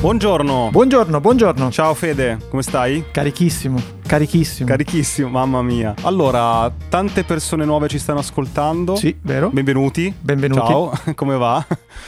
Buongiorno. Buongiorno. Ciao Fede, come stai? Carissimo, mamma mia. Allora, tante persone nuove ci stanno ascoltando. Sì, vero. Benvenuti. Ciao, come va?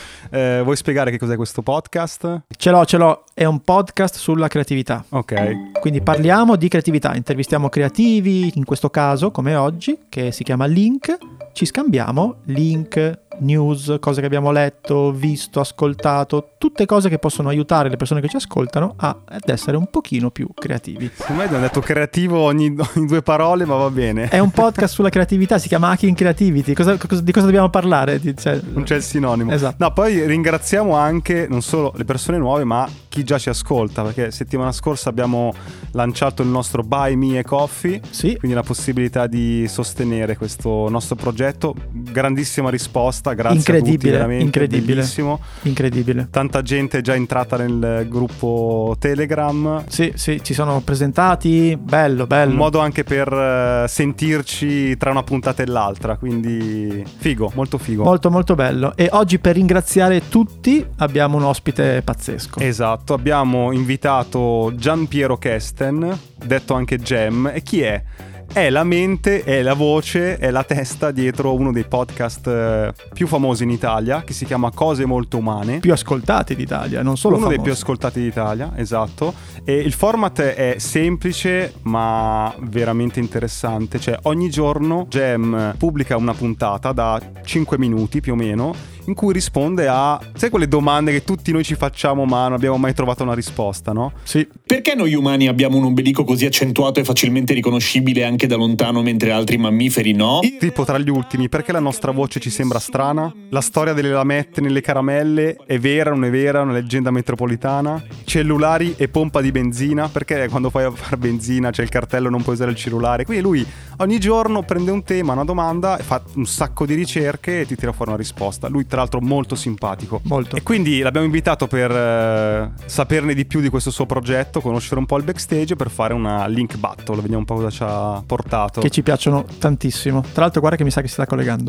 Vuoi spiegare che cos'è questo podcast? Ce l'ho, è un podcast sulla creatività. Ok. Quindi parliamo di creatività, intervistiamo creativi, in questo caso, come oggi, che si chiama Link. Ci scambiamo link, news, cose che abbiamo letto, visto, ascoltato, tutte cose che possono aiutare le persone che ci ascoltano ad essere un pochino più creativi. Secondo me abbiamo detto creativo ogni due parole, ma va bene. È un podcast sulla creatività, si chiama Hacking Creativity. Di cosa dobbiamo parlare? Non c'è il sinonimo. Esatto. No, poi ringraziamo anche non solo le persone nuove, ma chi già ci ascolta, perché settimana scorsa abbiamo lanciato il nostro Buy Me a Coffee, sì. Quindi la possibilità di sostenere questo nostro progetto. Grandissima risposta, grazie a tutti, veramente bellissimo. Incredibile. Tanta gente è già entrata nel gruppo Telegram. Sì, ci sono presentati, bello. Un modo anche per sentirci tra una puntata e l'altra, quindi figo, molto figo. Molto bello. E oggi, per ringraziare tutti, abbiamo un ospite pazzesco. Esatto, abbiamo invitato Gianpiero Kesten, detto anche Gem. E chi è? È la mente, è la voce, è la testa dietro uno dei podcast più famosi in Italia, che si chiama Cose Molto Umane. Più ascoltati d'Italia, non solo uno famosi. Dei più ascoltati d'Italia, esatto. E il format è semplice ma veramente interessante. Cioè, ogni giorno Gem pubblica una puntata da 5 minuti più o meno, in cui risponde a, sai, quelle domande che tutti noi ci facciamo ma non abbiamo mai trovato una risposta, no? Sì. Perché noi umani abbiamo un ombelico così accentuato e facilmente riconoscibile anche da lontano, mentre altri mammiferi no? Tipo, tra gli ultimi, perché la nostra voce ci sembra strana? La storia delle lamette nelle caramelle è vera o non è vera? Una leggenda metropolitana? Cellulari e pompa di benzina? Perché quando fai a fare benzina c'è il cartello non puoi usare il cellulare? Quindi lui ogni giorno prende un tema, una domanda, fa un sacco di ricerche e ti tira fuori una risposta. Lui tra l'altro molto simpatico. Molto. E quindi l'abbiamo invitato per saperne di più di questo suo progetto, conoscere un po' il backstage, per fare una link battle. Vediamo un po' cosa ci ha portato. Che ci piacciono tantissimo. Tra l'altro, guarda che mi sa che si sta collegando.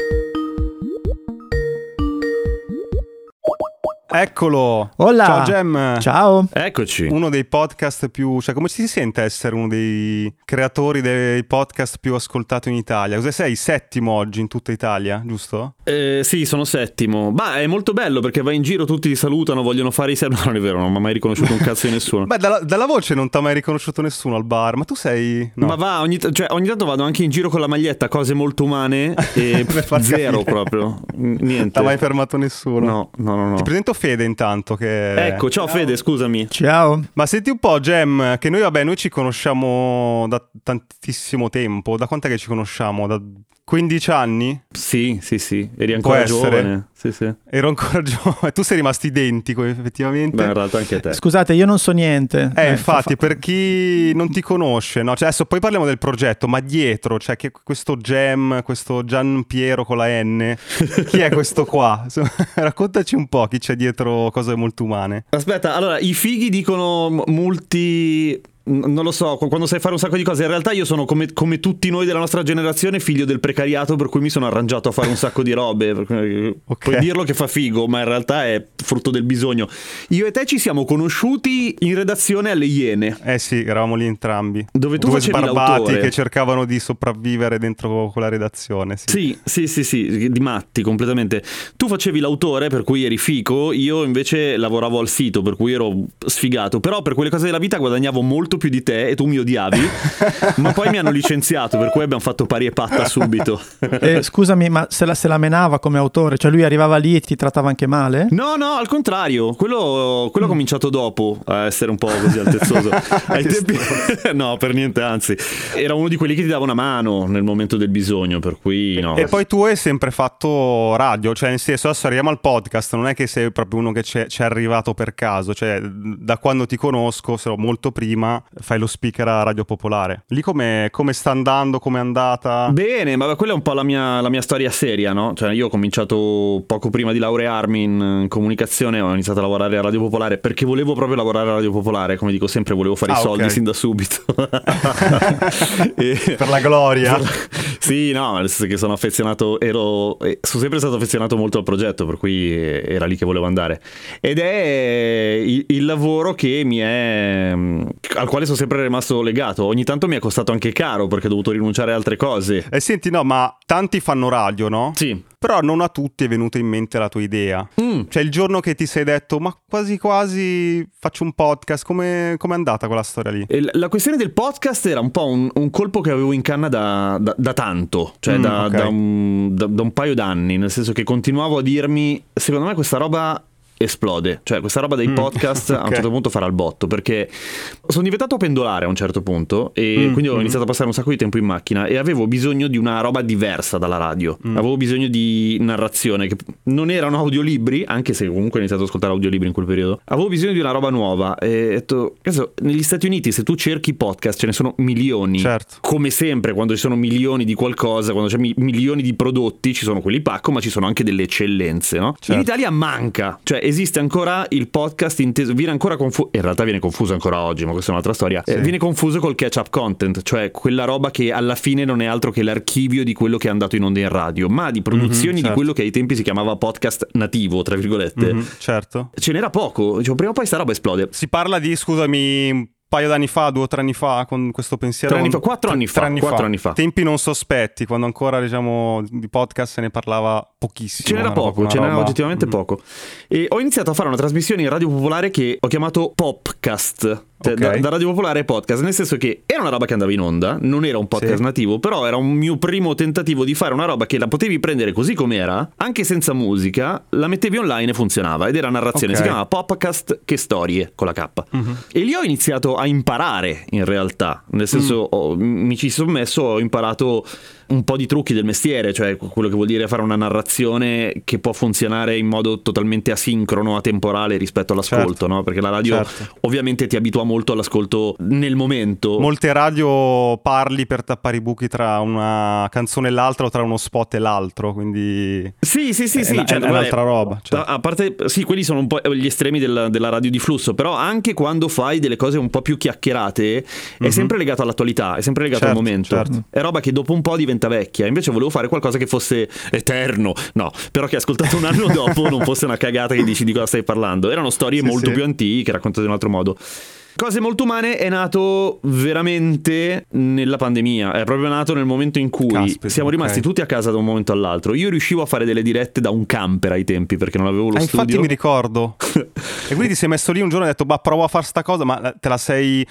Eccolo. Hola. Ciao Gem. Ciao. Eccoci. Uno dei podcast più, cioè, come ci si sente essere uno dei creatori dei podcast più ascoltati in Italia? Cosa sei? Settimo oggi in tutta Italia, giusto? Sì, sono settimo. Ma è molto bello perché vai in giro, tutti ti salutano, vogliono fare i selfie. No, non è vero, non mi ha mai riconosciuto un cazzo di nessuno. Beh, dalla voce non ti ha mai riconosciuto nessuno al bar, ma tu sei... No. Ma va, ogni tanto vado anche in giro con la maglietta Cose Molto Umane e zero proprio. Niente. T'ha mai fermato nessuno? No. Ti presento Fede intanto che... Ecco, ciao Fede, scusami. Ciao. Ma senti un po', Gem, che noi ci conosciamo da tantissimo tempo. Da quant'è che ci conosciamo? Da 15 anni? Sì. Eri ancora giovane. Sì. Ero ancora giovane. Tu sei rimasto identico, effettivamente. Beh, in realtà anche te. Scusate, io non so niente. Infatti, per chi non ti conosce, no? Cioè, adesso poi parliamo del progetto, ma dietro, cioè, che questo Gem, questo Gianpiero con la N, chi è questo qua? Raccontaci un po' chi c'è dietro Cose Molto Umane. Aspetta, allora, i fighi dicono non lo so, quando sai fare un sacco di cose. In realtà io sono come tutti noi della nostra generazione, figlio del precariato, per cui mi sono arrangiato a fare un sacco di robe. Okay. Puoi dirlo che fa figo, ma in realtà è frutto del bisogno. Io e te ci siamo conosciuti in redazione alle Iene. Sì, eravamo lì entrambi. Dove tu due facevi sbarbati l'autore, che cercavano di sopravvivere dentro quella redazione. Sì, di matti completamente. Tu facevi l'autore, per cui eri fico. Io invece lavoravo al sito, per cui ero sfigato. Però per quelle cose della vita guadagnavo molto più di te e tu mi odiavi. Ma poi mi hanno licenziato, per cui abbiamo fatto pari e patta subito. Scusami, ma se la menava come autore? Cioè lui arrivava lì e ti trattava anche male? No, al contrario. Quello ha cominciato dopo a essere un po' così altezzoso. Ai tempi... No, per niente, anzi. Era uno di quelli che ti dava una mano nel momento del bisogno, per cui no. E poi tu hai sempre fatto radio, cioè nel senso, adesso arriviamo al podcast, non è che sei proprio uno che c'è arrivato per caso, cioè da quando ti conosco, molto prima, fai lo speaker a Radio Popolare. Lì come sta andando, come è andata? Bene, ma quella è un po' la mia storia seria, no? Cioè io ho cominciato poco prima di laurearmi in comunicazione, ho iniziato a lavorare a Radio Popolare perché volevo proprio lavorare a Radio Popolare, come dico sempre, volevo fare i soldi sin da subito. Per la gloria. Sì, no, nel senso che sono sempre stato affezionato molto al progetto, per cui era lì che volevo andare. Ed è il lavoro al quale sono sempre rimasto legato. Ogni tanto mi è costato anche caro perché ho dovuto rinunciare a altre cose. Senti, no, ma tanti fanno radio, no? Sì. Però non a tutti è venuta in mente la tua idea. Cioè il giorno che ti sei detto ma quasi quasi faccio un podcast, com'è andata quella storia lì? La questione del podcast era un po' un colpo che avevo in canna da tanto, cioè da un paio d'anni, nel senso che continuavo a dirmi, secondo me questa roba esplode, cioè questa roba dei podcast a un certo punto farà il botto, perché sono diventato pendolare a un certo punto e quindi ho iniziato a passare un sacco di tempo in macchina e avevo bisogno di una roba diversa dalla radio, avevo bisogno di narrazione che non erano audiolibri, anche se comunque ho iniziato ad ascoltare audiolibri in quel periodo, avevo bisogno di una roba nuova e ho detto, cazzo, negli Stati Uniti se tu cerchi podcast ce ne sono milioni, certo. Come sempre quando ci sono milioni di qualcosa, quando c'è milioni di prodotti ci sono quelli pacco ma ci sono anche delle eccellenze, no? Certo. In Italia manca, cioè esiste ancora il podcast inteso, viene ancora confuso, in realtà viene confuso ancora oggi, ma questa è un'altra storia, sì. Viene confuso col catch-up content, cioè quella roba che alla fine non è altro che l'archivio di quello che è andato in onda in radio, ma di produzioni certo. di quello che ai tempi si chiamava podcast nativo, tra virgolette, certo. Ce n'era poco, cioè, prima o poi sta roba esplode. Si parla di, scusami, paio d'anni fa, 2 o 3 anni fa, con questo pensiero. 4 anni fa. Tempi non sospetti, quando ancora diciamo di podcast se ne parlava pochissimo. Ce n'era oggettivamente poco. E ho iniziato a fare una trasmissione in Radio Popolare che ho chiamato Popcast. Cioè, da Radio Popolare podcast, nel senso che era una roba che andava in onda, non era un podcast nativo, però era un mio primo tentativo di fare una roba che la potevi prendere così com'era, anche senza musica, la mettevi online e funzionava, ed era narrazione, si chiamava Popcast che storie, con la K. E lì ho iniziato a imparare in realtà, nel senso mi ci sono messo, ho imparato un po' di trucchi del mestiere, cioè quello che vuol dire fare una narrazione che può funzionare in modo totalmente asincrono, atemporale rispetto all'ascolto, certo. No? Perché la radio ovviamente ti abitua molto all'ascolto nel momento. Molte radio parli per tappare i buchi tra una canzone e l'altra o tra uno spot e l'altro, quindi sì, è un'altra roba, certo. A parte, sì, quelli sono un po' gli estremi della radio di flusso, però anche quando fai delle cose un po' più chiacchierate è sempre legato all'attualità, è sempre legato al momento, certo. È roba che dopo un po' diventa vecchia, invece volevo fare qualcosa che fosse eterno, no, però che ascoltato un anno dopo non fosse una cagata che dici di cosa stai parlando, erano storie molto più antiche raccontate in un altro modo. Cose molto umane è nato veramente nella pandemia, è proprio nato nel momento in cui siamo rimasti tutti a casa da un momento all'altro. Io riuscivo a fare delle dirette da un camper ai tempi perché non avevo lo studio. Infatti mi ricordo. E quindi ti sei messo lì un giorno e hai detto ma provo a fare sta cosa, ma te la sei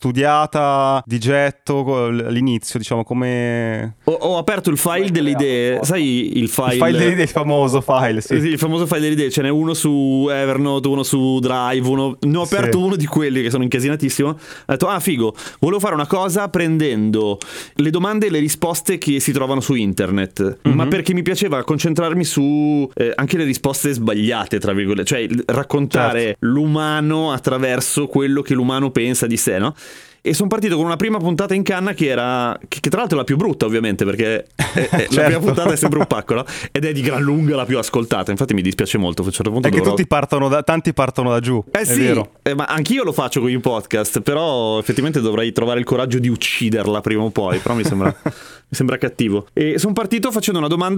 studiata di getto all'inizio, diciamo, come... Ho aperto il file delle idee, sai il file... Il file delle idee, il famoso file, sì. Il famoso file delle idee, ce n'è uno su Evernote, uno su Drive, ne ho aperto uno di quelli che sono incasinatissimo. Ho detto figo, volevo fare una cosa prendendo le domande e le risposte che si trovano su internet, ma perché mi piaceva concentrarmi su anche le risposte sbagliate, tra virgolette, cioè raccontare l'umano attraverso quello che l'umano pensa di sé, no? E sono partito con una prima puntata in canna che era, che tra l'altro è la più brutta ovviamente, perché la prima puntata è sempre un pacco, no? Ed è di gran lunga la più ascoltata, infatti mi dispiace molto a un certo punto. È che tanti partono da giù, è sì, vero. Ma anch'io lo faccio con i podcast, però effettivamente dovrei trovare il coraggio di ucciderla prima o poi, però mi sembra cattivo. E sono partito facendo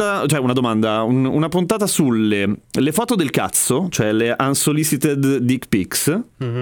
una puntata sulle foto del cazzo, cioè le unsolicited dick pics.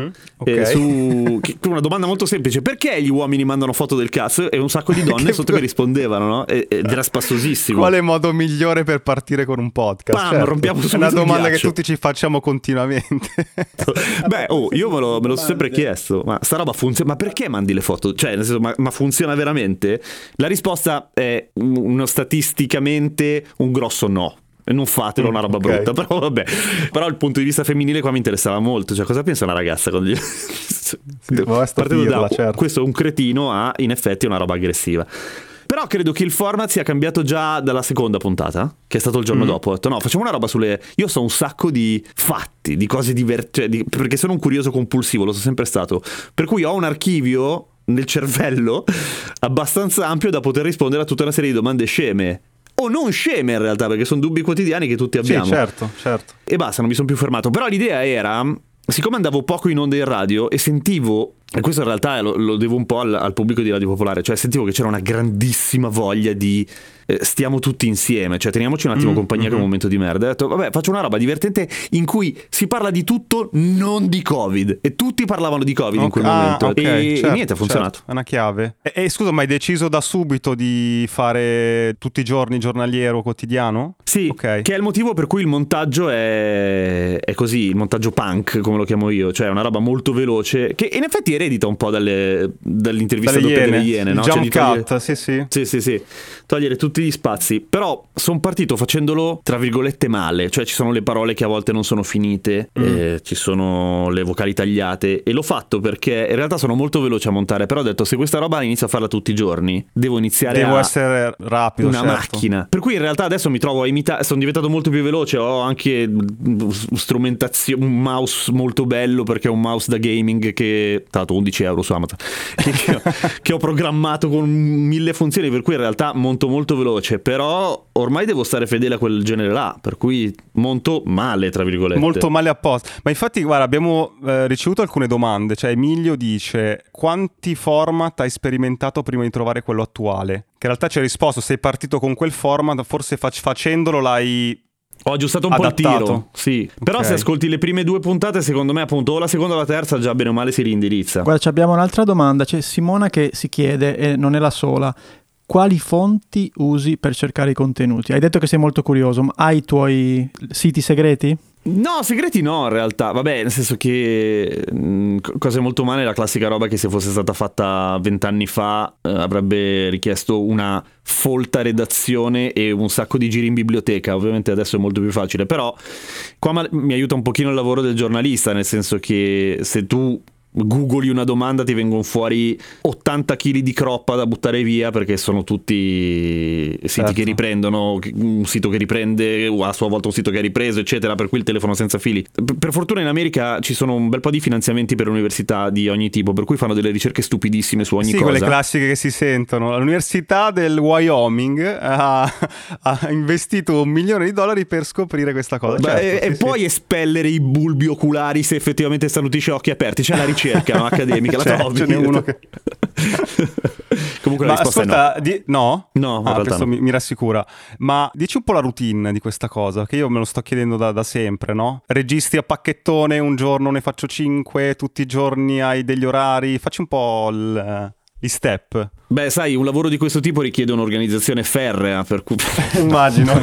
Una domanda molto semplice: perché gli uomini mandano foto del cazzo? E un sacco di donne sotto che rispondevano, no? Ed era spassosissimo. Quale modo migliore per partire con un podcast? Rompiamo subito. È una domanda che tutti ci facciamo continuamente. Beh, io me lo sono sempre chiesto, ma sta roba funziona? Ma perché mandi le foto? Cioè, nel senso, ma funziona veramente? La risposta è statisticamente un grosso no. E non fatelo, una roba brutta, però vabbè. Però il punto di vista femminile qua mi interessava molto, cioè cosa pensa una ragazza quando certo. Questo è un cretino, in effetti una roba aggressiva. Però credo che il format sia cambiato già dalla seconda puntata, che è stato il giorno dopo. Ho detto no, facciamo una roba sulle... Io so un sacco di fatti, di cose divertenti, perché sono un curioso compulsivo, lo sono sempre stato. Per cui ho un archivio nel cervello abbastanza ampio da poter rispondere a tutta una serie di domande sceme. O non sceme in realtà, perché sono dubbi quotidiani che tutti abbiamo. Sì, certo. E basta, non mi sono più fermato. Però l'idea era, siccome andavo poco in onda in radio e sentivo, e questo in realtà lo devo un po' al pubblico di Radio Popolare, cioè sentivo che c'era una grandissima voglia di stiamo tutti insieme, cioè teniamoci un attimo compagnia che è un momento di merda. Ho detto vabbè, faccio una roba divertente in cui si parla di tutto, non di Covid, e tutti parlavano di Covid in quel momento. Okay, e niente, ha funzionato. È una chiave. E scusa, ma hai deciso da subito di fare tutti i giorni giornaliero quotidiano? Sì, okay. Che è il motivo per cui il montaggio è così, il montaggio punk come lo chiamo io, cioè una roba molto veloce che in effetti eredita un po' dall'intervista doppia delle Iene, no? Jump cioè cut, sì. Togliere tutti gli spazi. Però sono partito facendolo tra virgolette male, cioè ci sono le parole che a volte non sono finite, ci sono le vocali tagliate, e l'ho fatto perché in realtà sono molto veloce a montare, però ho detto se questa roba inizio a farla tutti i giorni devo essere rapido, una macchina, per cui in realtà adesso mi trovo a imitare, sono diventato molto più veloce, ho anche strumentazione, un mouse molto bello perché è un mouse da gaming che tra l'altro €11 su Amazon che ho programmato con 1000 funzioni, per cui in realtà monto molto veloce, però ormai devo stare fedele a quel genere là, per cui monto male tra virgolette, molto male apposta. Ma infatti guarda, abbiamo ricevuto alcune domande, cioè Emilio dice quanti format hai sperimentato prima di trovare quello attuale, che in realtà ci hai risposto sei partito con quel format, forse facendolo l'hai ho aggiustato un adattato. Po' il tiro, sì. Però okay. Se ascolti le prime 2 puntate, secondo me appunto o la seconda o la terza già bene o male si rindirizza. Guarda, abbiamo un'altra domanda, c'è Simona che si chiede, e non è la sola: quali fonti usi per cercare i contenuti? Hai detto che sei molto curioso, ma hai i tuoi siti segreti? No, segreti no, in realtà. Vabbè, nel senso che cose molto umane, la classica roba che se fosse stata fatta 20 anni fa avrebbe richiesto una folta redazione e un sacco di giri in biblioteca. Ovviamente adesso è molto più facile, però qua mi aiuta un pochino il lavoro del giornalista, nel senso che se tu googli una domanda ti vengono fuori 80 kg di croppa da buttare via, perché sono tutti siti che riprendono, un sito che riprende a sua volta un sito che ha ripreso, eccetera, per cui il telefono senza fili. Per fortuna in America ci sono un bel po' di finanziamenti per università di ogni tipo, per cui fanno delle ricerche stupidissime su ogni cosa. Quelle classiche che si sentono. L'università del Wyoming ha investito $1 milione per scoprire questa cosa. E puoi espellere i bulbi oculari se effettivamente stanno tutti occhi aperti, c'è la ricerca accademica, la trovi. Ce n'è uno che... Comunque la risposta ascolta, è no. No, questo no. Mi rassicura. Ma dici un po' la routine di questa cosa, che io me lo sto chiedendo da sempre, no? Registri a pacchettone, un giorno ne faccio 5, tutti i giorni hai degli orari, facci un po' gli step. Beh, sai, un lavoro di questo tipo richiede un'organizzazione ferrea, per cui... Immagino.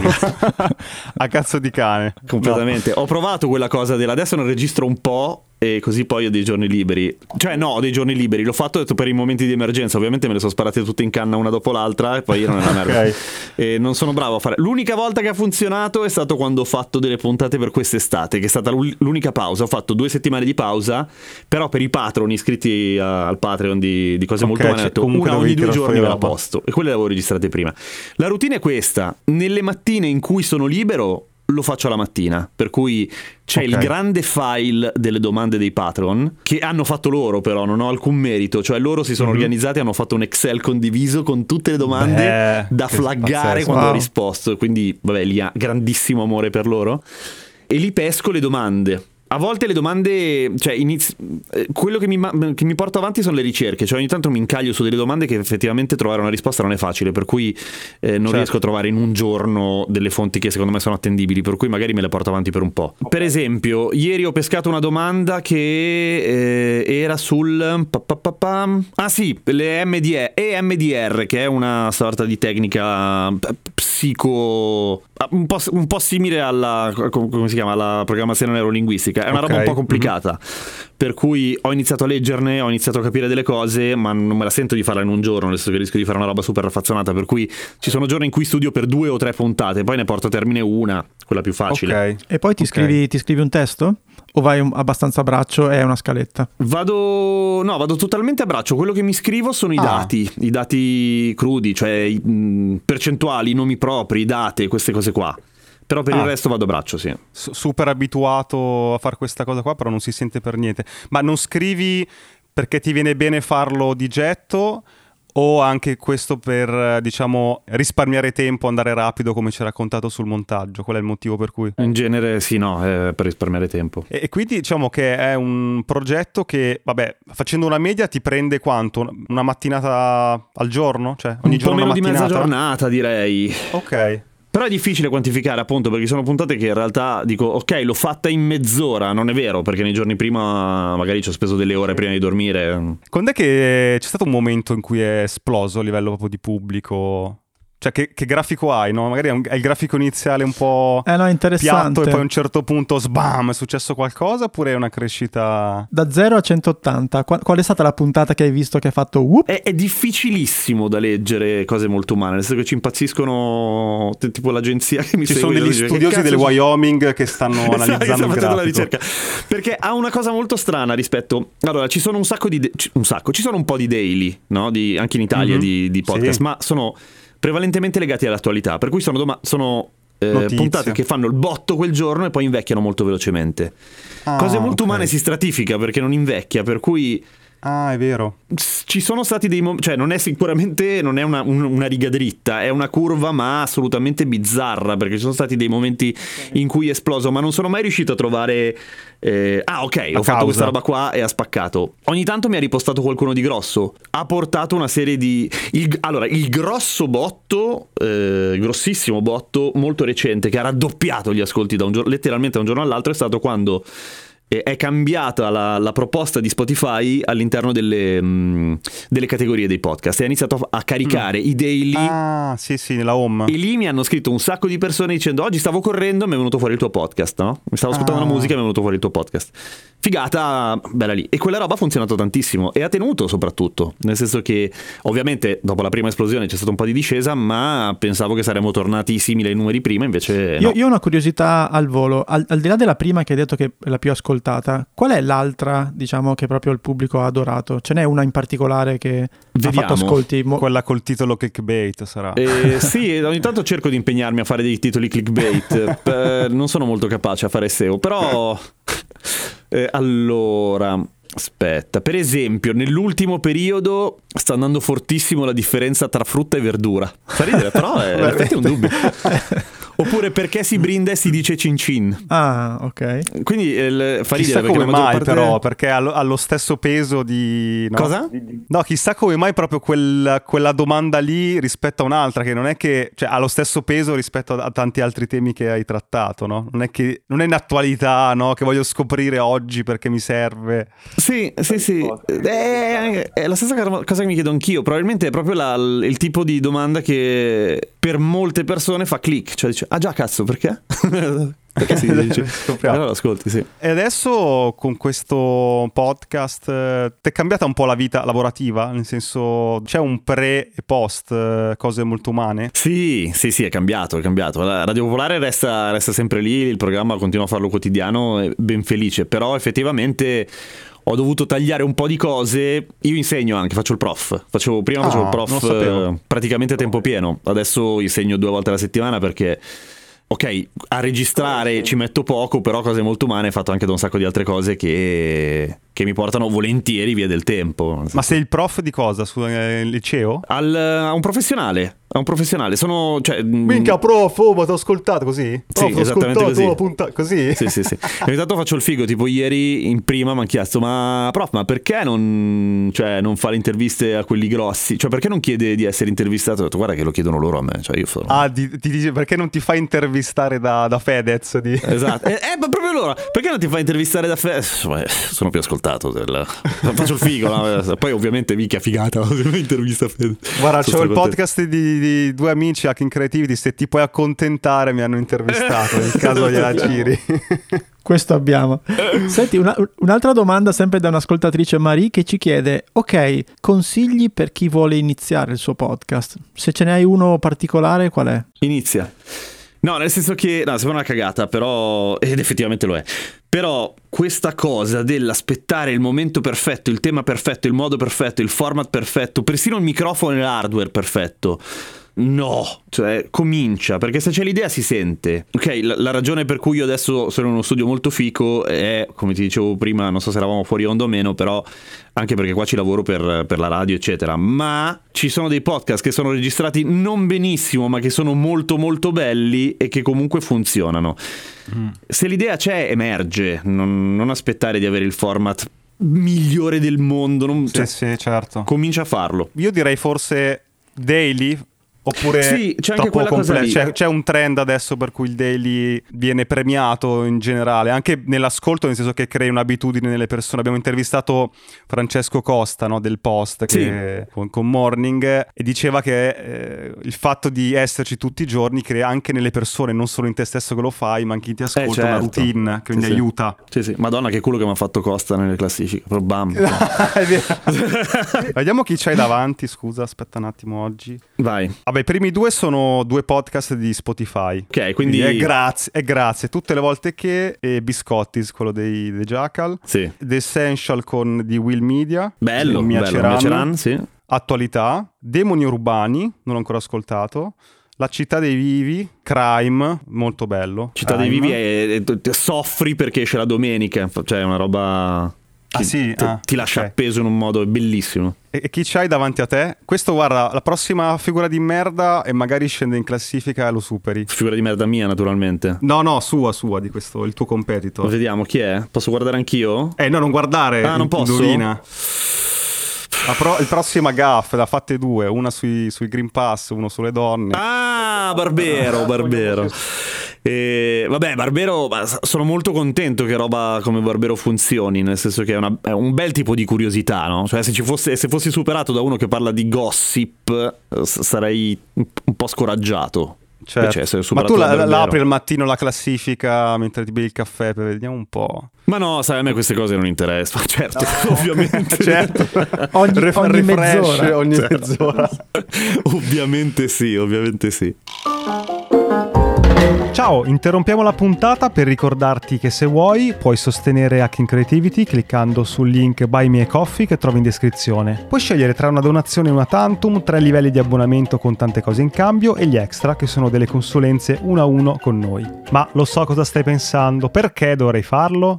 A cazzo di cane. Completamente. No. Ho provato quella cosa adesso ne registro un po' e così poi ho dei giorni liberi. Cioè no, ho dei giorni liberi. L'ho fatto per i momenti di emergenza. Ovviamente me le sono sparate tutte in canna una dopo l'altra e poi io non è una merda. E non sono bravo a fare. L'unica volta che ha funzionato è stato quando ho fatto delle puntate per quest'estate, che è stata l'unica pausa. Ho fatto 2 settimane di pausa, però per i patron iscritti al Patreon di Cose Molto Umane ho detto una ogni 2 giorni me la posto, e quelle le avevo registrate prima. La routine è questa: nelle mattine in cui sono libero lo faccio alla mattina, per cui c'è il grande file delle domande dei patron che hanno fatto loro, però non ho alcun merito, cioè loro si sono organizzati, hanno fatto un Excel condiviso con tutte le domande da flaggare quando ho risposto, quindi vabbè, lì ha grandissimo amore per loro e li pesco le domande. A volte le domande, cioè quello che mi porto avanti sono le ricerche, cioè ogni tanto mi incaglio su delle domande che effettivamente trovare una risposta non è facile, per cui non riesco a trovare in un giorno delle fonti che secondo me sono attendibili, per cui magari me le porto avanti per un po'. Per esempio, ieri ho pescato una domanda che era sul le EMDR, che è una sorta di tecnica psico un po' simile alla, come si chiama, alla programmazione neurolinguistica. È una roba un po' complicata, per cui ho iniziato a leggerne, ho iniziato a capire delle cose, ma non me la sento di farla in un giorno, nel senso che rischio di fare una roba super raffazzonata, per cui ci sono giorni in cui studio per 2 o 3 puntate, poi ne porto a termine una, quella più facile. E poi ti scrivi un testo? O vai abbastanza a braccio e è una scaletta? Vado totalmente a braccio. Quello che mi scrivo sono i dati crudi, cioè percentuali, nomi propri, date, queste cose qua. Però per il resto vado a braccio, sì. Super abituato a fare questa cosa qua, però non si sente per niente. Ma non scrivi perché ti viene bene farlo di getto, o anche questo per, diciamo, risparmiare tempo, andare rapido, come ci hai raccontato sul montaggio? Qual è il motivo per cui? In genere sì, no, è per risparmiare tempo. E quindi diciamo che è un progetto che, vabbè, facendo una media ti prende quanto? Una mattinata al giorno? Cioè ogni giorno una mattinata? Un po' meno di mezza giornata, direi. Ok. Però è difficile quantificare, appunto, perché sono puntate che in realtà dico ok, l'ho fatta in mezz'ora. Non è vero, perché nei giorni prima magari ci ho speso delle ore prima di dormire. Quando è che c'è stato un momento in cui è esploso a livello proprio di pubblico? Cioè che grafico hai, no? Magari è il grafico iniziale un po' interessante, piatto e poi a un certo punto sbam, è successo qualcosa, oppure è una crescita? Da 0 a 180, qual è stata la puntata che hai visto che ha fatto whoop? È difficilissimo da leggere cose molto umane, nel senso che ci impazziscono tipo l'agenzia che mi ci segue. Ci sono degli studiosi del Wyoming che stanno analizzando il grafico. La ricerca, perché ha una cosa molto strana rispetto... Allora, ci sono ci sono un po' di daily, no? Anche in Italia di podcast, sì. Ma sono... prevalentemente legati all'attualità, per cui sono puntate che fanno il botto quel giorno e poi invecchiano molto velocemente. Cose molto umane si stratifica perché non invecchia, per cui è vero. Ci sono stati dei momenti, cioè non è una riga dritta, è una curva ma assolutamente bizzarra, perché ci sono stati dei momenti in cui è esploso, ma non sono mai riuscito a trovare ho fatto questa roba qua e ha spaccato. Ogni tanto mi ha ripostato qualcuno di grosso, ha portato una serie di il grosso botto, grossissimo botto molto recente che ha raddoppiato gli ascolti letteralmente da un giorno all'altro, è stato quando è cambiata la proposta di Spotify all'interno delle categorie dei podcast e ha iniziato a caricare i daily. Sì, nella home. E lì mi hanno scritto un sacco di persone dicendo oggi stavo correndo e mi è venuto fuori il tuo podcast, no? Mi stavo ascoltando la musica e mi è venuto fuori il tuo podcast. Figata, bella lì. E quella roba ha funzionato tantissimo e ha tenuto soprattutto, nel senso che ovviamente dopo la prima esplosione c'è stata un po' di discesa, ma pensavo che saremmo tornati simili ai numeri prima, invece no. Io ho una curiosità al volo, al di là della prima che hai detto che è la più ascoltata, qual è l'altra, diciamo, che proprio il pubblico ha adorato? Ce n'è una in particolare che ha fatto ascolti? Quella col titolo clickbait sarà. Sì, ogni tanto cerco di impegnarmi a fare dei titoli clickbait. Non sono molto capace a fare SEO, però allora aspetta, per esempio nell'ultimo periodo sta andando fortissimo la differenza tra frutta e verdura. Fa ridere, però in effetti è un dubbio. Oppure perché si brinda e si dice cin cin. Ok. Quindi fa ridere. Chissà perché come mai parte... però, perché ha lo stesso peso di... No? Cosa? No, chissà come mai proprio quella domanda lì rispetto a un'altra, che non è che... Cioè, ha lo stesso peso rispetto a tanti altri temi che hai trattato, no? Non è in attualità, no? Che voglio scoprire oggi perché mi serve. Sì. È la stessa cosa che mi chiedo anch'io. Probabilmente è proprio il tipo di domanda che per molte persone fa click. Cioè dice, già cazzo, perché? Perché si dice? Allora ascolti, sì. E adesso con questo podcast ti è cambiata un po' la vita lavorativa? Nel senso, c'è un pre e post, cose molto umane? Sì, è cambiato. La Radio Popolare resta sempre lì, il programma continua a farlo quotidiano, è ben felice, però effettivamente ho dovuto tagliare un po' di cose. Io insegno anche, faccio il prof. Prima facevo il prof praticamente a tempo pieno. Adesso insegno 2 volte alla settimana perché, ok, a registrare ci metto poco, però cose molto umane fatto anche da un sacco di altre cose che mi portano volentieri via del tempo. Ma sei il prof di cosa? Sul liceo? A un professionale. Sono, cioè, minchia prof, ma ti ho ascoltato così? Prof, sì, esattamente così. Così? Sì. Ogni tanto faccio il figo, tipo ieri in prima mi hanno chiesto, ma prof, ma perché non fa le interviste a quelli grossi? Cioè, perché non chiede di essere intervistato? Ho detto, guarda che lo chiedono loro a me, cioè io sono... ti dice perché non ti fai intervistare da Fedez? Esatto, ma proprio loro, perché non ti fai intervistare da Fedez? Sono più ascoltato, faccio il figo, no? Poi ovviamente mica figata intervista Fedez. Guarda, c'ho il podcast di 2 amici Hacking Creativity, se ti puoi accontentare mi hanno intervistato, nel caso gliela giri. Questo abbiamo. Senti, un'altra domanda sempre da un'ascoltatrice, Marie, che ci chiede, ok, consigli per chi vuole iniziare il suo podcast? Se ce ne hai uno particolare, qual è? Inizia. No, nel senso che sembra una cagata, però ed effettivamente lo è. Però questa cosa dell'aspettare il momento perfetto, il tema perfetto, il modo perfetto, il format perfetto, persino il microfono e l'hardware perfetto, no, cioè comincia, perché se c'è l'idea si sente. Ok, la ragione per cui io adesso sono in uno studio molto fico è, come ti dicevo prima, non so se eravamo fuori onda o meno, però anche perché qua ci lavoro per la radio eccetera, ma ci sono dei podcast che sono registrati non benissimo ma che sono molto molto belli e che comunque funzionano. Se l'idea c'è, emerge, non aspettare di avere il format migliore del mondo, Sì, certo. Comincia a farlo. Io direi forse daily. Oppure sì, c'è anche troppo quella cosa lì. C'è un trend adesso per cui il daily viene premiato in generale, anche nell'ascolto, nel senso che crei un'abitudine nelle persone. Abbiamo intervistato Francesco Costa, no, del Post, che, con Morning, e diceva che il fatto di esserci tutti i giorni crea anche nelle persone, non solo in te stesso che lo fai, ma anche in ti ascolta, certo. una routine che quindi aiuta. Sì. Madonna, che culo che mi ha fatto Costa nelle classifiche. Però bam. È vero. Vediamo chi c'hai davanti, scusa, aspetta un attimo oggi. Vai. Vabbè, i primi due sono 2 podcast di Spotify. Ok, quindi è grazie tutte le volte che Biscottis, quello dei The Jackal. Sì. The Essential con di Will Media. Bello, Mia Ceran, sì. Attualità. Demoni Urbani, non l'ho ancora ascoltato. La Città dei Vivi, Crime, molto bello. Città dei Vivi soffri perché esce la domenica, cioè è una roba che ti lascia appeso in un modo bellissimo. E chi c'hai davanti a te? Questo, guarda, la prossima figura di merda e magari scende in classifica e lo superi. Figura di merda mia, naturalmente. No, sua, di questo, il tuo competitor. Vediamo chi è. Posso guardare anch'io? No, non guardare. Ah, non posso? Indovina. Il prossimo gaff, l'ha fatte 2, una sui Green Pass, uno sulle donne. Ah, Barbero. Vabbè, Barbero, sono molto contento che roba come Barbero funzioni, nel senso che è un bel tipo di curiosità, no? Cioè se fossi superato da uno che parla di gossip sarei un po' scoraggiato. Certo. Ma tu l'apri al mattino la classifica mentre ti bevi il caffè, per vediamo un po'. Ma no, sai, a me queste cose non interessano. Certo, ovviamente. Certo. ogni mezz'ora. Mezz'ora. Ovviamente sì. Ciao, interrompiamo la puntata per ricordarti che se vuoi puoi sostenere Hacking Creativity cliccando sul link Buy Me a Coffee che trovi in descrizione. Puoi scegliere tra una donazione e una tantum, 3 livelli di abbonamento con tante cose in cambio e gli extra che sono delle consulenze 1 a 1 con noi. Ma lo so cosa stai pensando, perché dovrei farlo?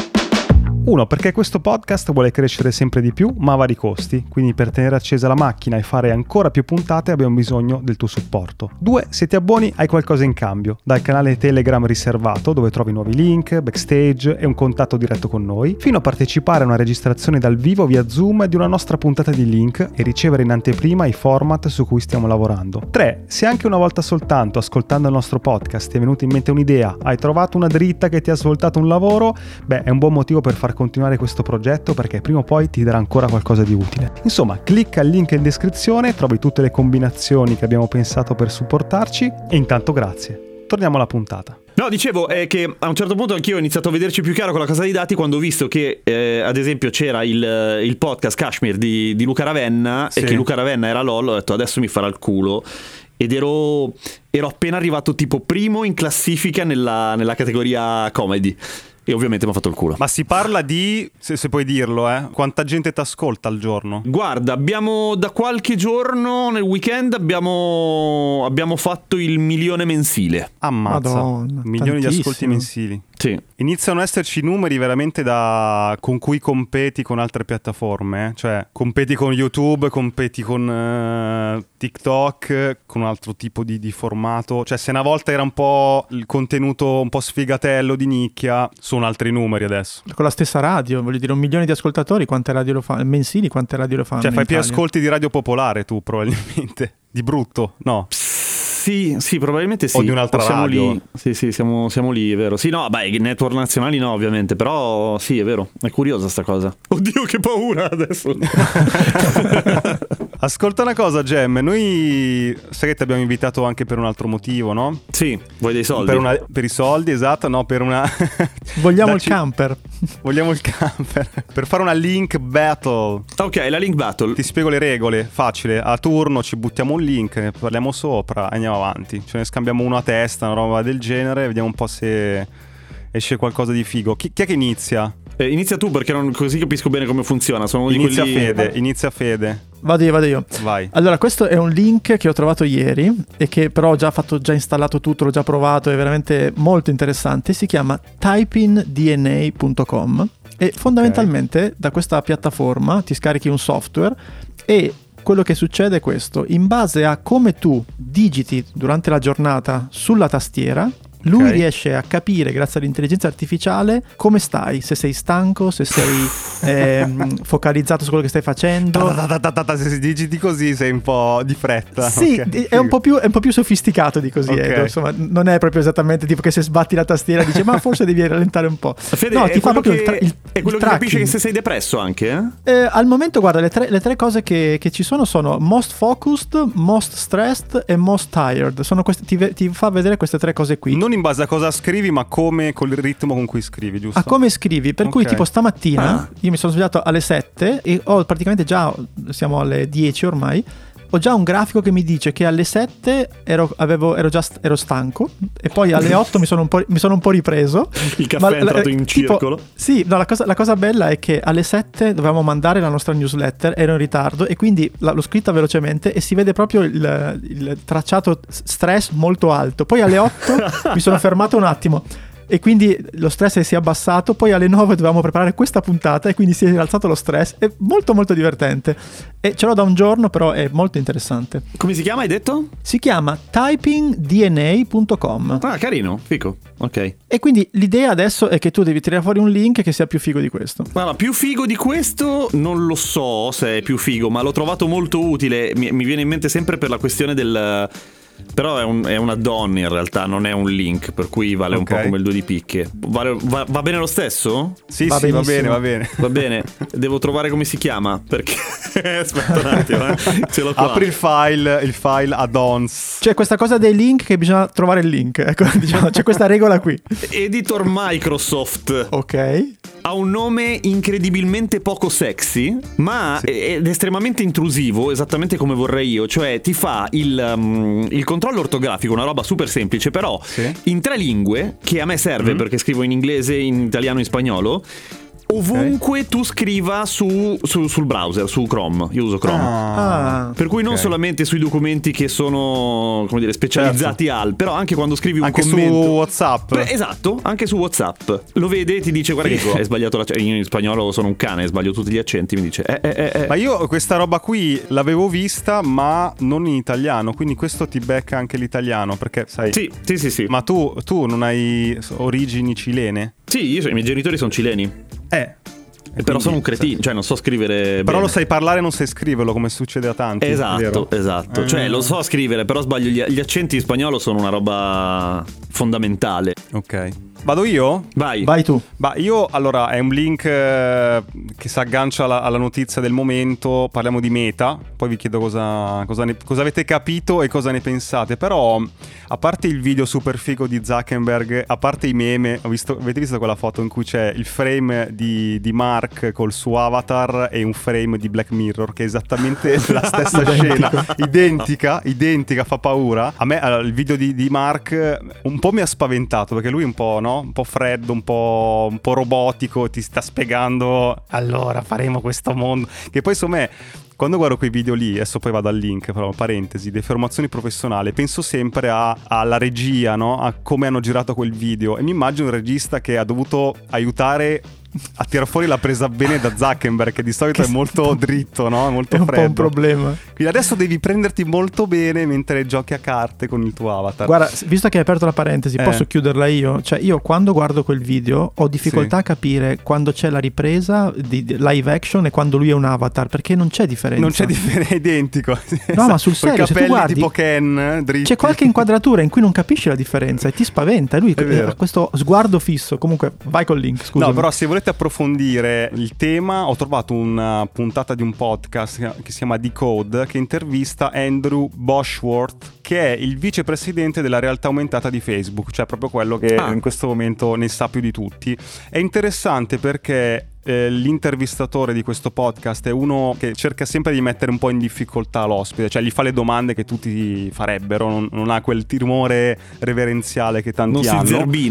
1. Perché questo podcast vuole crescere sempre di più, ma a vari costi, quindi per tenere accesa la macchina e fare ancora più puntate abbiamo bisogno del tuo supporto. 2. Se ti abboni hai qualcosa in cambio, dal canale Telegram riservato dove trovi nuovi link, backstage e un contatto diretto con noi, fino a partecipare a una registrazione dal vivo via Zoom di una nostra puntata di Link e ricevere in anteprima i format su cui stiamo lavorando. 3. Se anche una volta soltanto ascoltando il nostro podcast ti è venuta in mente un'idea, hai trovato una dritta che ti ha svoltato un lavoro, è un buon motivo per far continuare questo progetto perché prima o poi ti darà ancora qualcosa di utile. Insomma, clicca il link in descrizione, trovi tutte le combinazioni che abbiamo pensato per supportarci e intanto grazie. Torniamo alla puntata. No, dicevo che a un certo punto anch'io ho iniziato a vederci più chiaro con la casa dei dati quando ho visto che ad esempio c'era il podcast Kashmir di Luca Ravenna e che Luca Ravenna era LOL, ho detto adesso mi farà il culo. Ed ero appena arrivato tipo primo in classifica nella categoria comedy. E ovviamente mi ha fatto il culo. Ma si parla di, se puoi dirlo, quanta gente ti ascolta al giorno? Guarda, abbiamo da qualche giorno nel weekend abbiamo fatto il 1.000.000 mensile. Ammazza, Madonna, milioni di ascolti mensili. Sì. Iniziano ad esserci numeri veramente con cui competi con altre piattaforme, cioè competi con YouTube, competi con TikTok, con un altro tipo di formato, cioè se una volta era un po' il contenuto un po' sfigatello di nicchia, sono altri numeri adesso. Con la stessa radio, voglio dire, 1 milione di ascoltatori, quante radio lo fanno? Mensili, quante radio lo fanno? Cioè fai più ascolti di radio popolare tu probabilmente, di brutto, no? Sì, probabilmente sì. O di un'altra radio. Lì. Sì, siamo lì, è vero. Sì, no, i network nazionali no, ovviamente, però sì, è vero. È curiosa sta cosa. Oddio, che paura adesso. Ascolta una cosa, Gem, noi sai che ti abbiamo invitato anche per un altro motivo, no? Sì, vuoi dei soldi? Per i soldi, esatto, no, per una... Vogliamo il camper. Vogliamo il camper. Per fare una link battle. Ok, la link battle. Ti spiego le regole, facile. A turno ci buttiamo un link, ne parliamo sopra e andiamo avanti. Ce ne scambiamo uno a testa, una roba del genere, vediamo un po' se esce qualcosa di figo. Chi è che inizia? Inizia tu, perché così capisco bene come funziona. Sono Inizia quelli... Inizia Fede. Vado io. Vai. Allora, questo è un link che ho trovato ieri e che però ho già installato tutto, l'ho già provato, è veramente molto interessante. Si chiama typingdna.com e fondamentalmente da questa piattaforma ti scarichi un software e quello che succede è questo: in base a come tu digiti durante la giornata sulla tastiera, lui riesce a capire, grazie all'intelligenza artificiale, come stai, se sei stanco, se sei focalizzato su quello che stai facendo. Se digiti così sei un po' di fretta. Sì, è un po' più sofisticato di così. Insomma, non è proprio esattamente tipo che se sbatti la tastiera dice ma forse devi rallentare un po'. Fede, no, ti fa proprio il è quello che capisce che se sei depresso anche, al momento, guarda, le tre cose che ci sono most focused, most stressed e most tired. Sono ti fa vedere queste tre cose qui. Non in base a cosa scrivi, ma come, col ritmo con cui scrivi, giusto? A come scrivi, per cui tipo stamattina io mi sono svegliato alle 7 e ho praticamente siamo alle 10 ormai, ho già un grafico che mi dice che alle 7 ero stanco e poi alle 8 mi sono un po' ripreso. Il caffè è entrato in circolo. Sì, no, la cosa bella è che alle 7 dovevamo mandare la nostra newsletter, ero in ritardo e quindi l'ho scritta velocemente e si vede proprio il tracciato stress molto alto. Poi alle 8 mi sono fermato un attimo e quindi lo stress si è abbassato. Poi alle 9 dovevamo preparare questa puntata e quindi si è alzato lo stress. È molto molto divertente e ce l'ho da un giorno, però è molto interessante. Come si chiama, hai detto? Si chiama typingdna.com. Ah, carino, figo. Ok. E quindi l'idea adesso è che tu devi tirare fuori un link che sia più figo di questo. Allora, più figo di questo non lo so se è più figo, ma l'ho trovato molto utile. Mi viene in mente sempre per la questione del... Però è un add-on in realtà, non è un link, per cui vale un po' come il 2 di picche. Va bene lo stesso? Sì, va bene. Va bene, devo trovare come si chiama, perché... Aspetta un attimo, ce l'ho qua. Apri il file add-ons. C'è questa cosa dei link che bisogna trovare il link, ecco, diciamo, c'è questa regola qui. Editor Microsoft. Ok. Ha un nome incredibilmente poco sexy, ma ed estremamente intrusivo, esattamente come vorrei io. Cioè ti fa il controllo ortografico, una roba super semplice, però in 3 lingue, che a me serve perché scrivo in inglese, in italiano e in spagnolo. Ovunque tu scriva sul browser, su Chrome. Io uso Chrome. Per cui non solamente sui documenti che sono, come dire, specializzati però anche quando scrivi un commento. Anche su WhatsApp. Esatto, anche su WhatsApp. Lo vede e ti dice guarda che hai sbagliato l'accento. Io in spagnolo sono un cane, sbaglio tutti gli accenti, mi dice Ma io questa roba qui l'avevo vista, ma non in italiano, quindi questo ti becca anche l'italiano, perché sai. Sì. Ma tu non hai origini cilene? Sì, i miei genitori sono cileni. Però sono un cretino, cioè non so scrivere però bene. Lo sai parlare e non sai scriverlo, come succede a tanti. Esatto. Cioè lo so scrivere, però sbaglio gli accenti in spagnolo sono una roba fondamentale. Ok. Vado io? Vai tu. Io, allora, è un link che si aggancia alla notizia del momento. Parliamo di Meta. Poi vi chiedo cosa avete capito e cosa ne pensate. Però, a parte il video super figo di Zuckerberg, a parte i meme, avete visto quella foto in cui c'è il frame di Mark col suo avatar e un frame di Black Mirror, che è esattamente la stessa scena, identica, fa paura. A me il video di Mark un po' mi ha spaventato, perché lui è un po', no? Un po' freddo, un po' robotico, ti sta spiegando allora faremo questo mondo, che poi insomma quando guardo quei video lì, adesso poi vado al link, però parentesi, deformazioni professionali, penso sempre alla regia, no? A come hanno girato quel video, e mi immagino un regista che ha dovuto aiutare a tirare fuori la presa bene da Zuckerberg, che di solito è molto dritto, no? È molto freddo. È un po' un problema. Quindi adesso devi prenderti molto bene mentre giochi a carte con il tuo avatar. Guarda, visto che hai aperto la parentesi, posso chiuderla io? Cioè io quando guardo quel video ho difficoltà a capire quando c'è la ripresa di live action e quando lui è un avatar, perché non c'è differenza. Non c'è differenza, è identico. No, ma sul serio, se tu guardi tipo Ken, dritti. C'è qualche inquadratura in cui non capisci la differenza e ti spaventa, e lui ha questo sguardo fisso. Comunque vai col link, scusa. No, però se volete approfondire il tema, ho trovato una puntata di un podcast che si chiama Decode, che intervista Andrew Bosworth, che è il vicepresidente della realtà aumentata di Facebook, cioè proprio quello che in questo momento ne sa più di tutti. È interessante perché l'intervistatore di questo podcast è uno che cerca sempre di mettere un po' in difficoltà l'ospite, cioè gli fa le domande che tutti farebbero, non ha quel timore reverenziale che tanti hanno. Non si zerbina.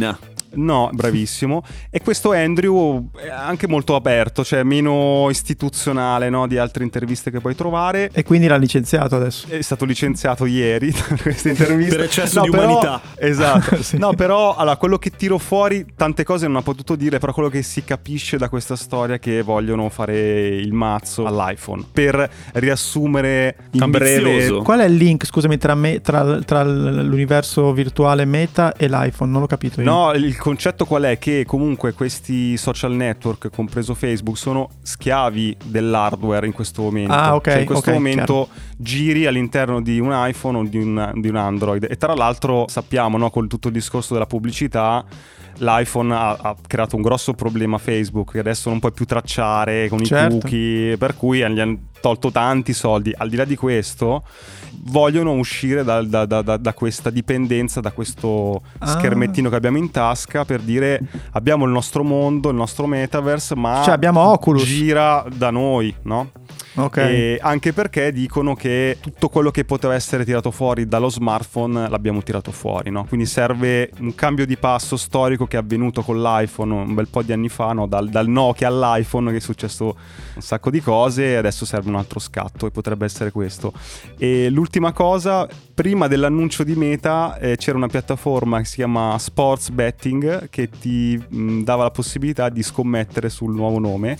No, bravissimo. E questo Andrew è anche molto aperto, cioè meno istituzionale, no, di altre interviste che puoi trovare. E quindi l'ha licenziato adesso. È stato licenziato ieri per questa intervista. Per eccesso di umanità. Esatto. Sì. No, però allora, quello che tiro fuori, tante cose non ha potuto dire, però quello che si capisce da questa storia è che vogliono fare il mazzo all'iPhone. Per riassumere in Ambizioso. breve... Qual è il link, scusami, tra l'universo virtuale Meta e l'iPhone? Non l'ho capito io. No, il concetto qual è? Che comunque questi social network, compreso Facebook, sono schiavi dell'hardware in questo momento. Ah, ok, Cioè in questo ok, momento giri all'interno di un iPhone o di un Android. E tra l'altro sappiamo, no, con tutto il discorso della pubblicità, l'iPhone ha creato un grosso problema a Facebook, che adesso non puoi più tracciare con Certo. i cookie, per cui gli hanno tolto tanti soldi. Al di là di questo, vogliono uscire da questa dipendenza, da questo schermettino che abbiamo in tasca, per dire abbiamo il nostro mondo, il nostro metaverse, ma Cioè abbiamo Oculus. gira da noi, no? Ok. E anche perché dicono che tutto quello che poteva essere tirato fuori dallo smartphone l'abbiamo tirato fuori, no? Quindi serve un cambio di passo storico che è avvenuto con l'iPhone un bel po' di anni fa, no? Dal Nokia all'iPhone, che è successo un sacco di cose, e adesso serve un altro scatto, e potrebbe essere questo. E l'ultima cosa, prima dell'annuncio di Meta c'era una piattaforma che si chiama Sports Betting, che ti dava la possibilità di scommettere sul nuovo nome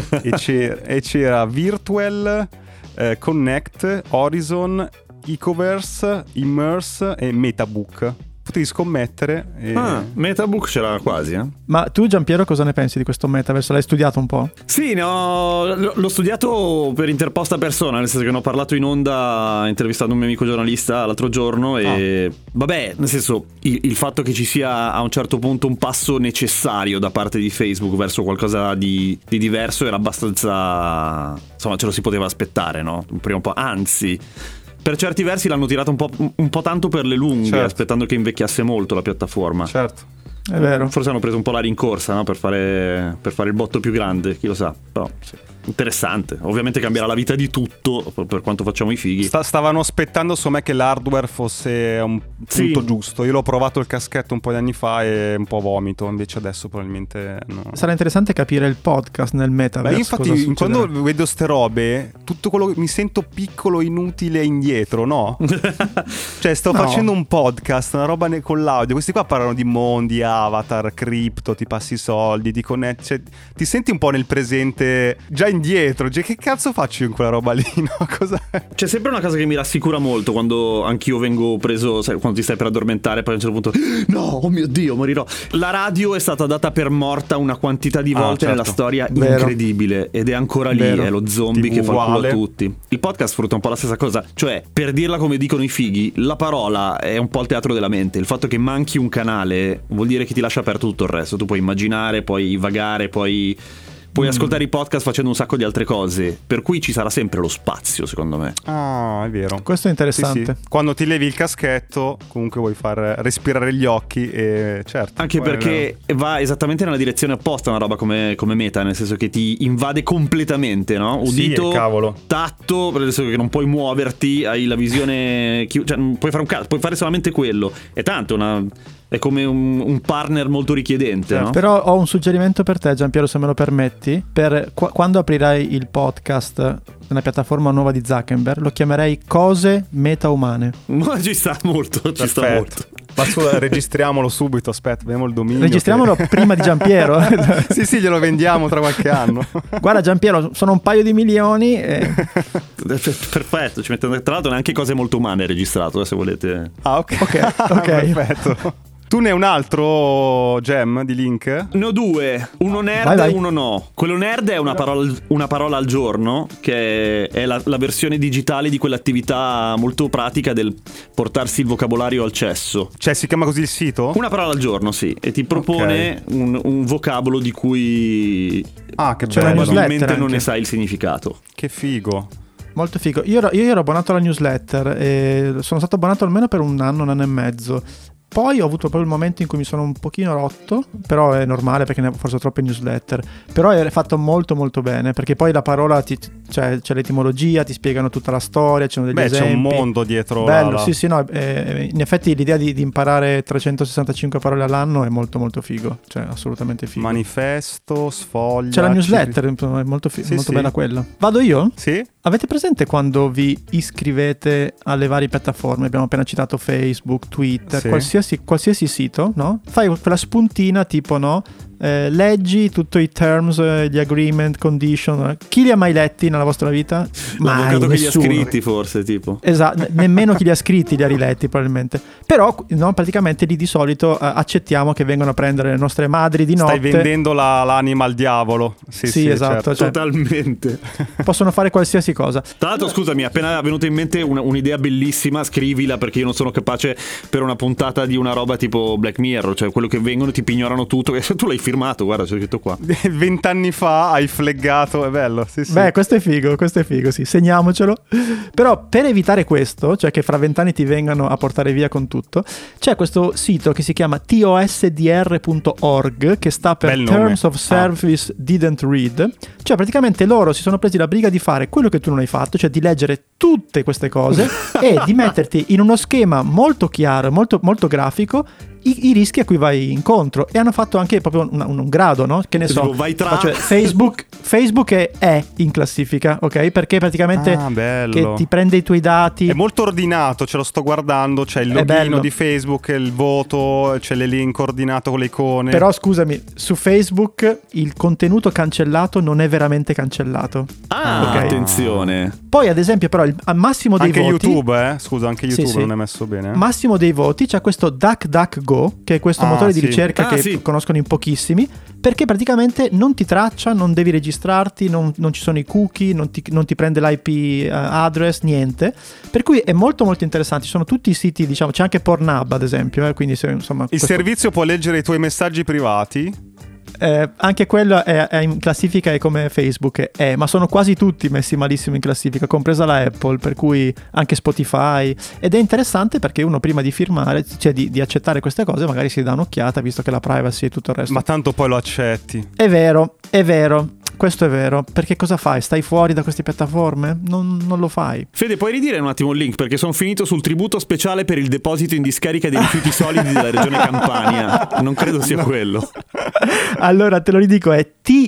e c'era Virtual, Connect, Horizon, Ecoverse, Immerse e Metabook. Potevi scommettere e... Metabook c'era quasi, Ma tu, Giampiero, cosa ne pensi di questo metaverse? L'hai studiato un po'? Sì, l'ho studiato per interposta persona, nel senso che ne ho parlato in onda intervistando un mio amico giornalista l'altro giorno e vabbè, nel senso il fatto che ci sia a un certo punto un passo necessario da parte di Facebook verso qualcosa di diverso era abbastanza, insomma, ce lo si poteva aspettare, no? Prima un po', anzi, per certi versi l'hanno tirata un po' tanto per le lunghe, certo, aspettando che invecchiasse molto la piattaforma. Certo. È vero. Forse hanno preso un po' la rincorsa, no? per fare il botto più grande, chi lo sa. Però sì, interessante. Ovviamente cambierà la vita di tutto per quanto facciamo i fighi. Stavano aspettando, secondo me, che l'hardware fosse un punto giusto. Io l'ho provato il caschetto un po' di anni fa e un po' vomito, invece adesso probabilmente no. Sarà interessante capire il podcast nel metaverse. Beh, infatti quando vedo ste robe, tutto quello che mi sento piccolo, inutile e indietro, no? Cioè sto facendo un podcast, una roba con l'audio, questi qua parlano di mondi, avatar, cripto, ti passi i soldi, ti connetti, cioè, ti senti un po' nel presente, già indietro, cioè, che cazzo faccio in quella roba lì, no? Cosa... C'è sempre una cosa che mi rassicura molto quando anch'io vengo preso, sai, quando ti stai per addormentare, poi a un certo punto no, oh mio Dio, morirò. La radio è stata data per morta una quantità di volte nella storia incredibile, ed è ancora lì, è lo zombie TV che fa il culo a uguale. tutti. Il podcast sfrutta un po' la stessa cosa, cioè, per dirla come dicono i fighi, la parola è un po' il teatro della mente. Il fatto che manchi un canale vuol dire che ti lascia aperto tutto il resto. Tu puoi immaginare, puoi vagare, puoi ascoltare i podcast facendo un sacco di altre cose, per cui ci sarà sempre lo spazio, secondo me. Ah, è vero. Questo è interessante. Sì. Quando ti levi il caschetto, comunque vuoi far respirare gli occhi, e certo. Anche perché va esattamente nella direzione opposta una roba come Meta, nel senso che ti invade completamente, no? Udito, sì, cavolo. tatto, nel senso che non puoi muoverti, hai la visione, cioè non puoi fare un cazzo, puoi fare solamente quello. È tanto è come un partner molto richiedente, no? Però ho un suggerimento per te, Giampiero, se me lo permetti. Per quando aprirai il podcast nella piattaforma nuova di Zuckerberg, lo chiamerei Cose Meta-umane. Ma ci sta molto, ci sta molto. Ma registriamolo subito, aspetta, vediamo il dominio. Registriamolo prima di Giampiero. Sì, glielo vendiamo tra qualche anno. Guarda, Giampiero, sono un paio di milioni Perfetto, ci metto, tra l'altro neanche cose molto umane registrato, se volete. Ah, ok. Perfetto. Tu ne hai un altro, Gem, di link? Ne ho due, uno nerd e uno no. Quello nerd è una parola al giorno, che è la versione digitale di quell'attività molto pratica del portarsi il vocabolario al cesso. Cioè si chiama così il sito? Una parola al giorno, sì, e ti propone un vocabolo di cui che probabilmente non ne sai il significato. Che figo. Molto figo. Io ero abbonato alla newsletter e sono stato abbonato almeno per un anno e mezzo. Poi ho avuto proprio il momento in cui mi sono un pochino rotto, però è normale perché ne ho forse troppe newsletter. Però è fatto molto molto bene, perché poi la parola c'è l'etimologia, ti spiegano tutta la storia, ci sono degli esempi. C'è un mondo dietro. Bello, sì, no, in effetti l'idea di imparare 365 parole all'anno è molto molto figo, cioè assolutamente figo. Manifesto, sfoglia. C'è la newsletter, è molto bella quella. Vado io? Sì. Avete presente quando vi iscrivete alle varie piattaforme? Abbiamo appena citato Facebook, Twitter, qualsiasi sito, no? Fai quella spuntina tipo, no? Leggi tutti i terms, gli agreement, condition. Chi li ha mai letti nella vostra vita? L'avvocato che li ha Nessuno. scritti, forse, tipo. Esatto, nemmeno chi li ha scritti li ha riletti probabilmente. Però no, praticamente lì di solito accettiamo che vengono a prendere le nostre madri di notte. Stai vendendo l'anima al diavolo. Sì, esatto, certo. cioè, Totalmente. possono fare qualsiasi cosa. Tra l'altro, scusami, è appena venuta in mente un'idea bellissima, scrivila, perché io non sono capace per una puntata di una roba tipo Black Mirror, cioè quello che vengono ti pignorano tutto. Tu l'hai firmato, guarda, c'è scritto qua. 20 anni fa hai flaggato, è bello. Sì. Beh, questo è figo, sì, segniamocelo. Però per evitare questo, cioè che fra 20 anni ti vengano a portare via con tutto, c'è questo sito che si chiama tosdr.org, che sta per Terms of Service Didn't Read. Cioè praticamente loro si sono presi la briga di fare quello che tu non hai fatto, cioè di leggere tutte queste cose e di metterti in uno schema molto chiaro, molto, molto grafico, i rischi a cui vai incontro, e hanno fatto anche proprio un grado, no? Che ne so, vai tra... cioè, Facebook è in classifica, ok? Perché praticamente che ti prende i tuoi dati. È molto ordinato, ce lo sto guardando, c'è il login di Facebook, il voto, c'è l'elenco ordinato con le icone. Però scusami, su Facebook il contenuto cancellato non è veramente cancellato. Okay? Attenzione. Poi ad esempio però al massimo dei voti... Anche YouTube, scusa, anche YouTube non è messo bene. Massimo dei voti c'è questo DuckDuckGo, che è questo motore di ricerca che conoscono in pochissimi, perché praticamente non ti traccia, non devi registrarti, non ci sono i cookie, non ti prende l'IP address, niente. Per cui è molto molto interessante. Ci sono tutti i siti, diciamo, c'è anche Pornhub ad esempio, quindi insomma il servizio può leggere i tuoi messaggi privati. Anche quello è in classifica, è come Facebook, ma sono quasi tutti messi malissimo in classifica, compresa la Apple, per cui anche Spotify. Ed è interessante perché uno prima di firmare, cioè di accettare queste cose, magari si dà un'occhiata, visto che la privacy e tutto il resto. Ma tanto poi lo accetti. È vero, questo è vero. Perché cosa fai? Stai fuori da queste piattaforme? Non lo fai. Fede, puoi ridire un attimo il link, perché sono finito sul tributo speciale per il deposito in discarica dei rifiuti solidi della regione Campania. Non credo sia quello. Allora te lo ridico, è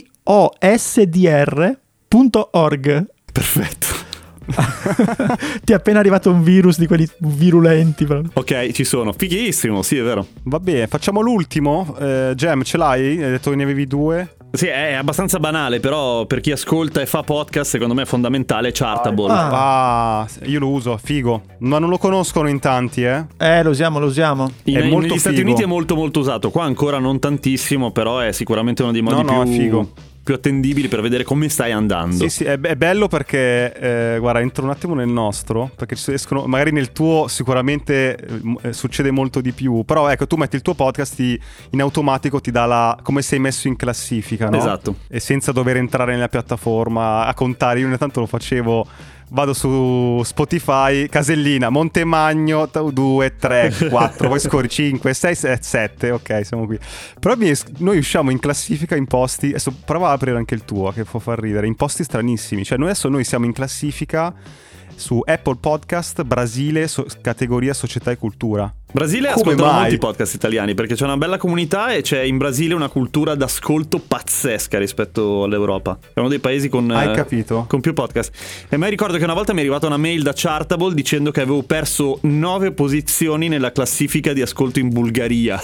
tosdr.org. Perfetto. Ti è appena arrivato un virus di quelli virulenti. Ok, ci sono. Fighissimo, sì, è vero. Va bene, facciamo l'ultimo. Gem, ce l'hai? Hai detto che ne avevi 2. Sì, è abbastanza banale, però per chi ascolta e fa podcast secondo me è fondamentale. Chartable. Io lo uso, figo. Ma non lo conoscono in tanti, lo usiamo. Negli Stati Uniti è molto molto usato. Qua ancora non tantissimo, però è sicuramente uno dei modi più attendibili per vedere come stai andando. Sì, è bello perché guarda, entro un attimo nel nostro, perché ci escono, magari nel tuo sicuramente succede molto di più, però ecco, tu metti il tuo podcast, in automatico ti dà come sei messo in classifica, no? Esatto. E senza dover entrare nella piattaforma a contare. Io ogni tanto lo facevo. Vado su Spotify, casellina, Montemagno 2, 3, 4, poi scorri 5, 6, 7, ok, siamo qui. Però noi usciamo in classifica in posti, adesso prova ad aprire anche il tuo, che può far ridere, in posti stranissimi. Cioè noi siamo in classifica su Apple Podcast, Brasile, categoria società e cultura. Brasile ascoltano molti podcast italiani, perché c'è una bella comunità e c'è in Brasile una cultura d'ascolto pazzesca rispetto all'Europa. È uno dei paesi con più podcast. E mi ricordo che una volta mi è arrivata una mail da Chartable dicendo che avevo perso 9 posizioni nella classifica di ascolto in Bulgaria.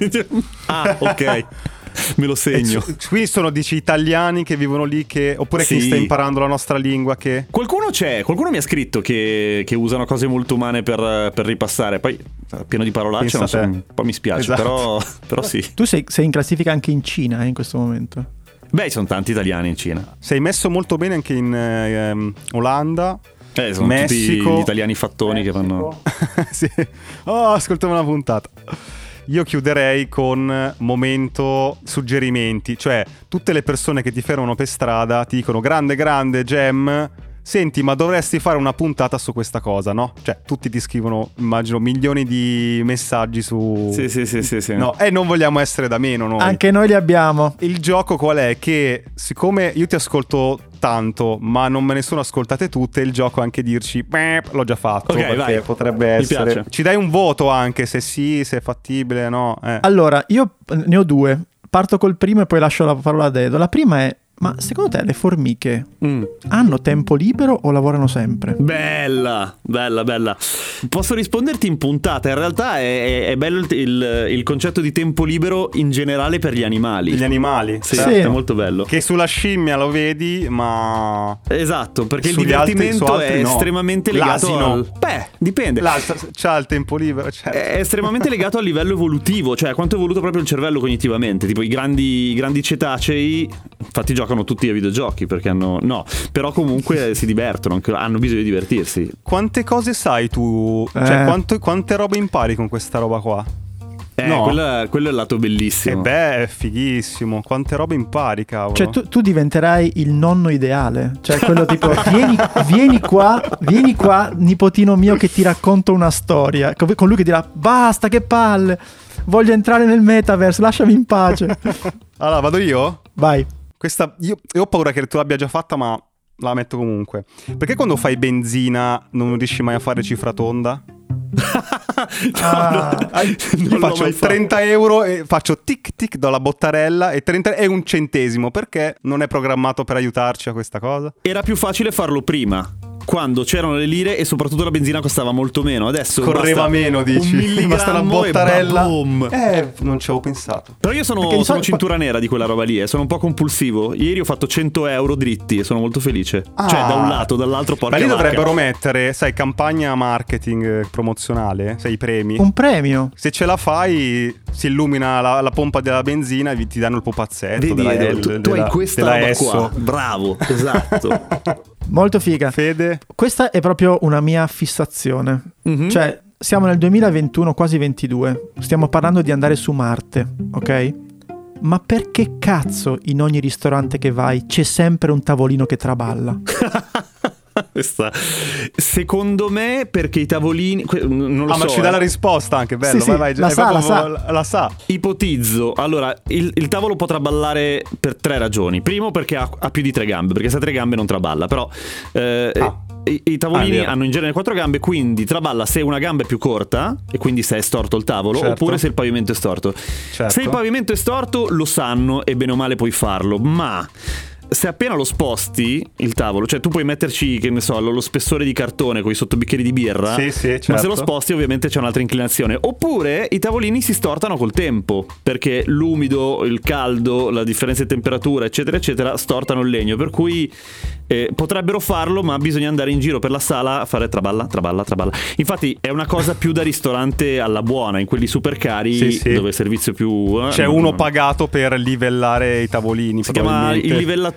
Ok. Me lo segno. Qui sono, dici, italiani che vivono lì, oppure chi sta imparando la nostra lingua, che... Qualcuno mi ha scritto che usano cose molto umane per ripassare. Poi pieno di parolacce, un po' mi spiace, esatto. però sì. Tu sei in classifica anche in Cina in questo momento? Beh, ci sono tanti italiani in Cina. Sei messo molto bene anche in Olanda, sono Messico, tutti gli italiani fattoni che fanno... Sì. Ascoltiamo una puntata. Io chiuderei con momento suggerimenti, cioè tutte le persone che ti fermano per strada ti dicono grande Gem, senti, ma dovresti fare una puntata su questa cosa, no? Cioè, tutti ti scrivono, immagino, milioni di messaggi su... Sì. No, e non vogliamo essere da meno noi. Anche noi li abbiamo. Il gioco qual è? Che siccome io ti ascolto tanto, ma non me ne sono ascoltate tutte, il gioco è anche dirci l'ho già fatto, Ok, perché vai. potrebbe Mi essere. piace. Ci dai un voto anche, se sì, se è fattibile, no? Allora, io ne ho due. Parto col primo e poi lascio la parola a Dedo. La prima è: ma secondo te le formiche hanno tempo libero o lavorano sempre? Bella. Posso risponderti in puntata. In realtà è bello il concetto di tempo libero in generale per gli animali. Gli animali, Sì, certo. è molto bello. Che sulla scimmia lo vedi, ma Esatto, perché il Sugli altri- divertimento su altri è no. estremamente legato L'asino. al... Beh, dipende. c'ha il tempo libero, certo. È estremamente legato al livello evolutivo, cioè quanto è evoluto proprio il cervello cognitivamente. Tipo i grandi cetacei, infatti giocano tutti ai videogiochi perché hanno... No, però comunque si divertono, hanno bisogno di divertirsi. Quante cose sai tu? Cioè, quante robe impari con questa roba qua? No. Quello è il lato bellissimo. È fighissimo. Quante robe impari, cavolo. Cioè tu diventerai il nonno ideale. Cioè quello tipo vieni qua nipotino mio che ti racconto una storia. Con lui che dirà basta che palle, voglio entrare nel metaverse, lasciami in pace. Allora, vado io? Vai. Questa io ho paura che tu l'abbia già fatta, ma la metto comunque. Perché quando fai benzina non riesci mai a fare cifra tonda? Io faccio 30 euro e faccio tic tic, do la bottarella e 30 è un centesimo. Perché non è programmato per aiutarci a questa cosa? Era più facile farlo prima, quando c'erano le lire e soprattutto la benzina costava molto meno. Adesso correva basta meno, dici. un milligrammo Basta una bottarella. E boom. Non ci avevo pensato. Però io sono cintura nera di quella roba lì, sono un po' compulsivo. Ieri ho fatto 100 euro dritti e sono molto felice. Cioè da un lato, dall'altro porca Ma lì vacca. dovrebbero mettere, sai, campagna marketing promozionale, sai, i premi. Un premio. Se ce la fai, si illumina la pompa della benzina e ti danno il pupazzetto. Vedi, tu hai questa roba qua. Bravo, esatto. Molto figa. Fede? Questa è proprio una mia fissazione. Cioè, siamo nel 2021, quasi 22. Stiamo parlando di andare su Marte, ok? Ma perché cazzo in ogni ristorante che vai c'è sempre un tavolino che traballa? Secondo me perché i tavolini non lo so. Ma ci dà la risposta anche, bello. Sì, vai, la sa. Ipotizzo. Allora, il tavolo può traballare per 3 ragioni. Primo perché ha più di 3 gambe, perché se ha 3 gambe non traballa. Però i tavolini hanno in genere 4 gambe, quindi traballa se una gamba è più corta e quindi se è storto il tavolo, certo. Oppure se il pavimento è storto. Certo. Se il pavimento è storto lo sanno e bene o male puoi farlo, ma se appena lo sposti il tavolo, cioè tu puoi metterci, che ne so, lo spessore di cartone con i sottobicchieri di birra, sì, certo. Ma se lo sposti ovviamente c'è un'altra inclinazione. Oppure i tavolini si stortano col tempo, perché l'umido, il caldo, la differenza di temperatura eccetera eccetera stortano il legno, per cui potrebbero farlo, ma bisogna andare in giro per la sala a fare traballa. Infatti è una cosa più da ristorante alla buona, in quelli super cari, sì. Dove il servizio più c'è uno pagato per livellare i tavolini. Si chiama il livellatore.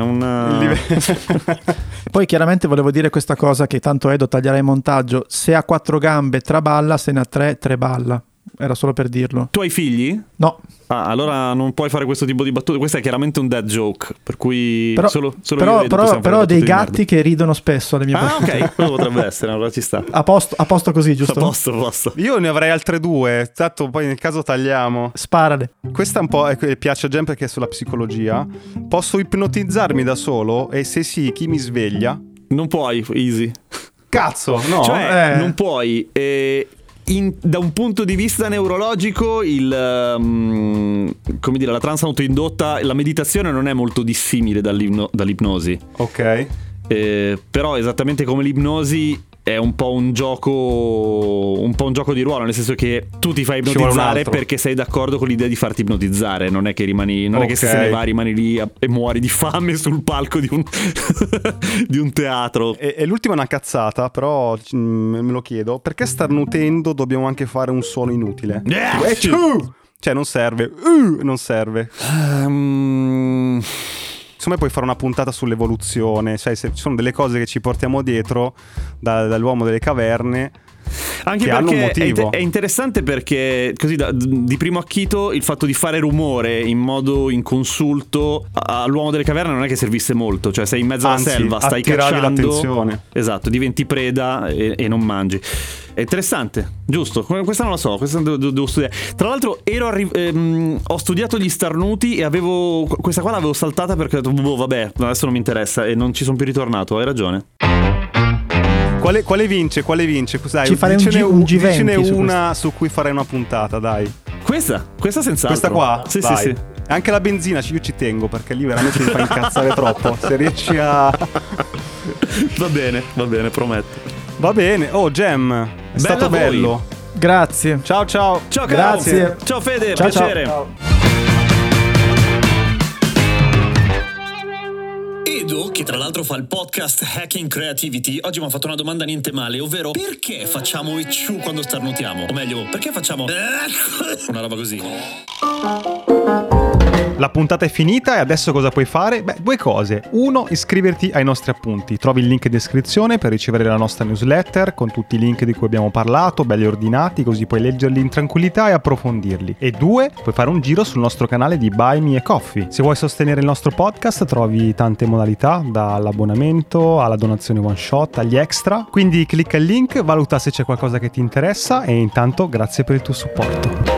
Poi chiaramente volevo dire questa cosa che tanto Edo taglierà in montaggio: se ha 4 gambe traballa, se ne ha 3 treballa. Era solo per dirlo. Tu hai figli? No. Allora non puoi fare questo tipo di battute. Questa è chiaramente un dad joke, per cui solo però dei gatti che ridono spesso alle mie battute. Ok, quello potrebbe essere, allora ci sta. A posto così, giusto? A posto. Io ne avrei altre 2, tanto poi nel caso tagliamo. Sparale. Questa un po' piace a Gen perché è sulla psicologia. Posso ipnotizzarmi da solo? E se sì, chi mi sveglia? Non puoi, easy. Cazzo, no. Cioè, non puoi. Da un punto di vista neurologico la trance autoindotta, la meditazione non è molto dissimile dall'ipnosi. Ok. Però esattamente come l'ipnosi è un po' un gioco di ruolo, nel senso che tu ti fai ipnotizzare perché sei d'accordo con l'idea di farti ipnotizzare, non è che è che se ne va rimani lì e muori di fame sul palco di un teatro. E l'ultima è una cazzata, però me lo chiedo: perché starnutendo dobbiamo anche fare un suono inutile? Cioè non serve. Non serve. Insomma, puoi fare una puntata sull'evoluzione, cioè se ci sono delle cose che ci portiamo dietro dall'uomo delle caverne. Anche che hanno un perché motivo. è interessante perché così di primo acchito il fatto di fare rumore in modo inconsulto all'uomo delle caverne non è che servisse molto, cioè sei in mezzo alla selva, stai attiravi cacciando, l'attenzione. esatto, diventi preda e non mangi. È interessante, giusto? Questa non la so, questa devo studiare. Tra l'altro ho studiato gli starnuti e questa qua l'avevo saltata perché ho detto vabbè, adesso non mi interessa e non ci sono più ritornato. Hai ragione. Quale vince? Dai, Ci farei dicene un G20 dicene su una su cui farei una puntata, dai. Questa senz'altro. Questa qua? Sì, Dai. sì. Anche la benzina io ci tengo, perché lì veramente mi fa incazzare troppo. Se riesci a... Va bene, prometto. Va bene. Oh, Gem, è stato voi. bello. Grazie. Ciao. Ciao, Grazie. Ciao Fede, Ciao, piacere. ciao. Edo, che tra l'altro fa il podcast Hacking Creativity, oggi mi ha fatto una domanda niente male, ovvero perché facciamo ecciù quando starnutiamo? O meglio, perché facciamo una roba così? La puntata è finita e adesso cosa puoi fare? Beh, 2 cose. 1, iscriverti ai nostri appunti. Trovi il link in descrizione per ricevere la nostra newsletter con tutti i link di cui abbiamo parlato, belli ordinati, così puoi leggerli in tranquillità e approfondirli. E 2, puoi fare un giro sul nostro canale di Buy Me a Coffee. Se vuoi sostenere il nostro podcast trovi tante modalità, dall'abbonamento alla donazione one shot, agli extra. Quindi clicca il link, valuta se c'è qualcosa che ti interessa e intanto grazie per il tuo supporto.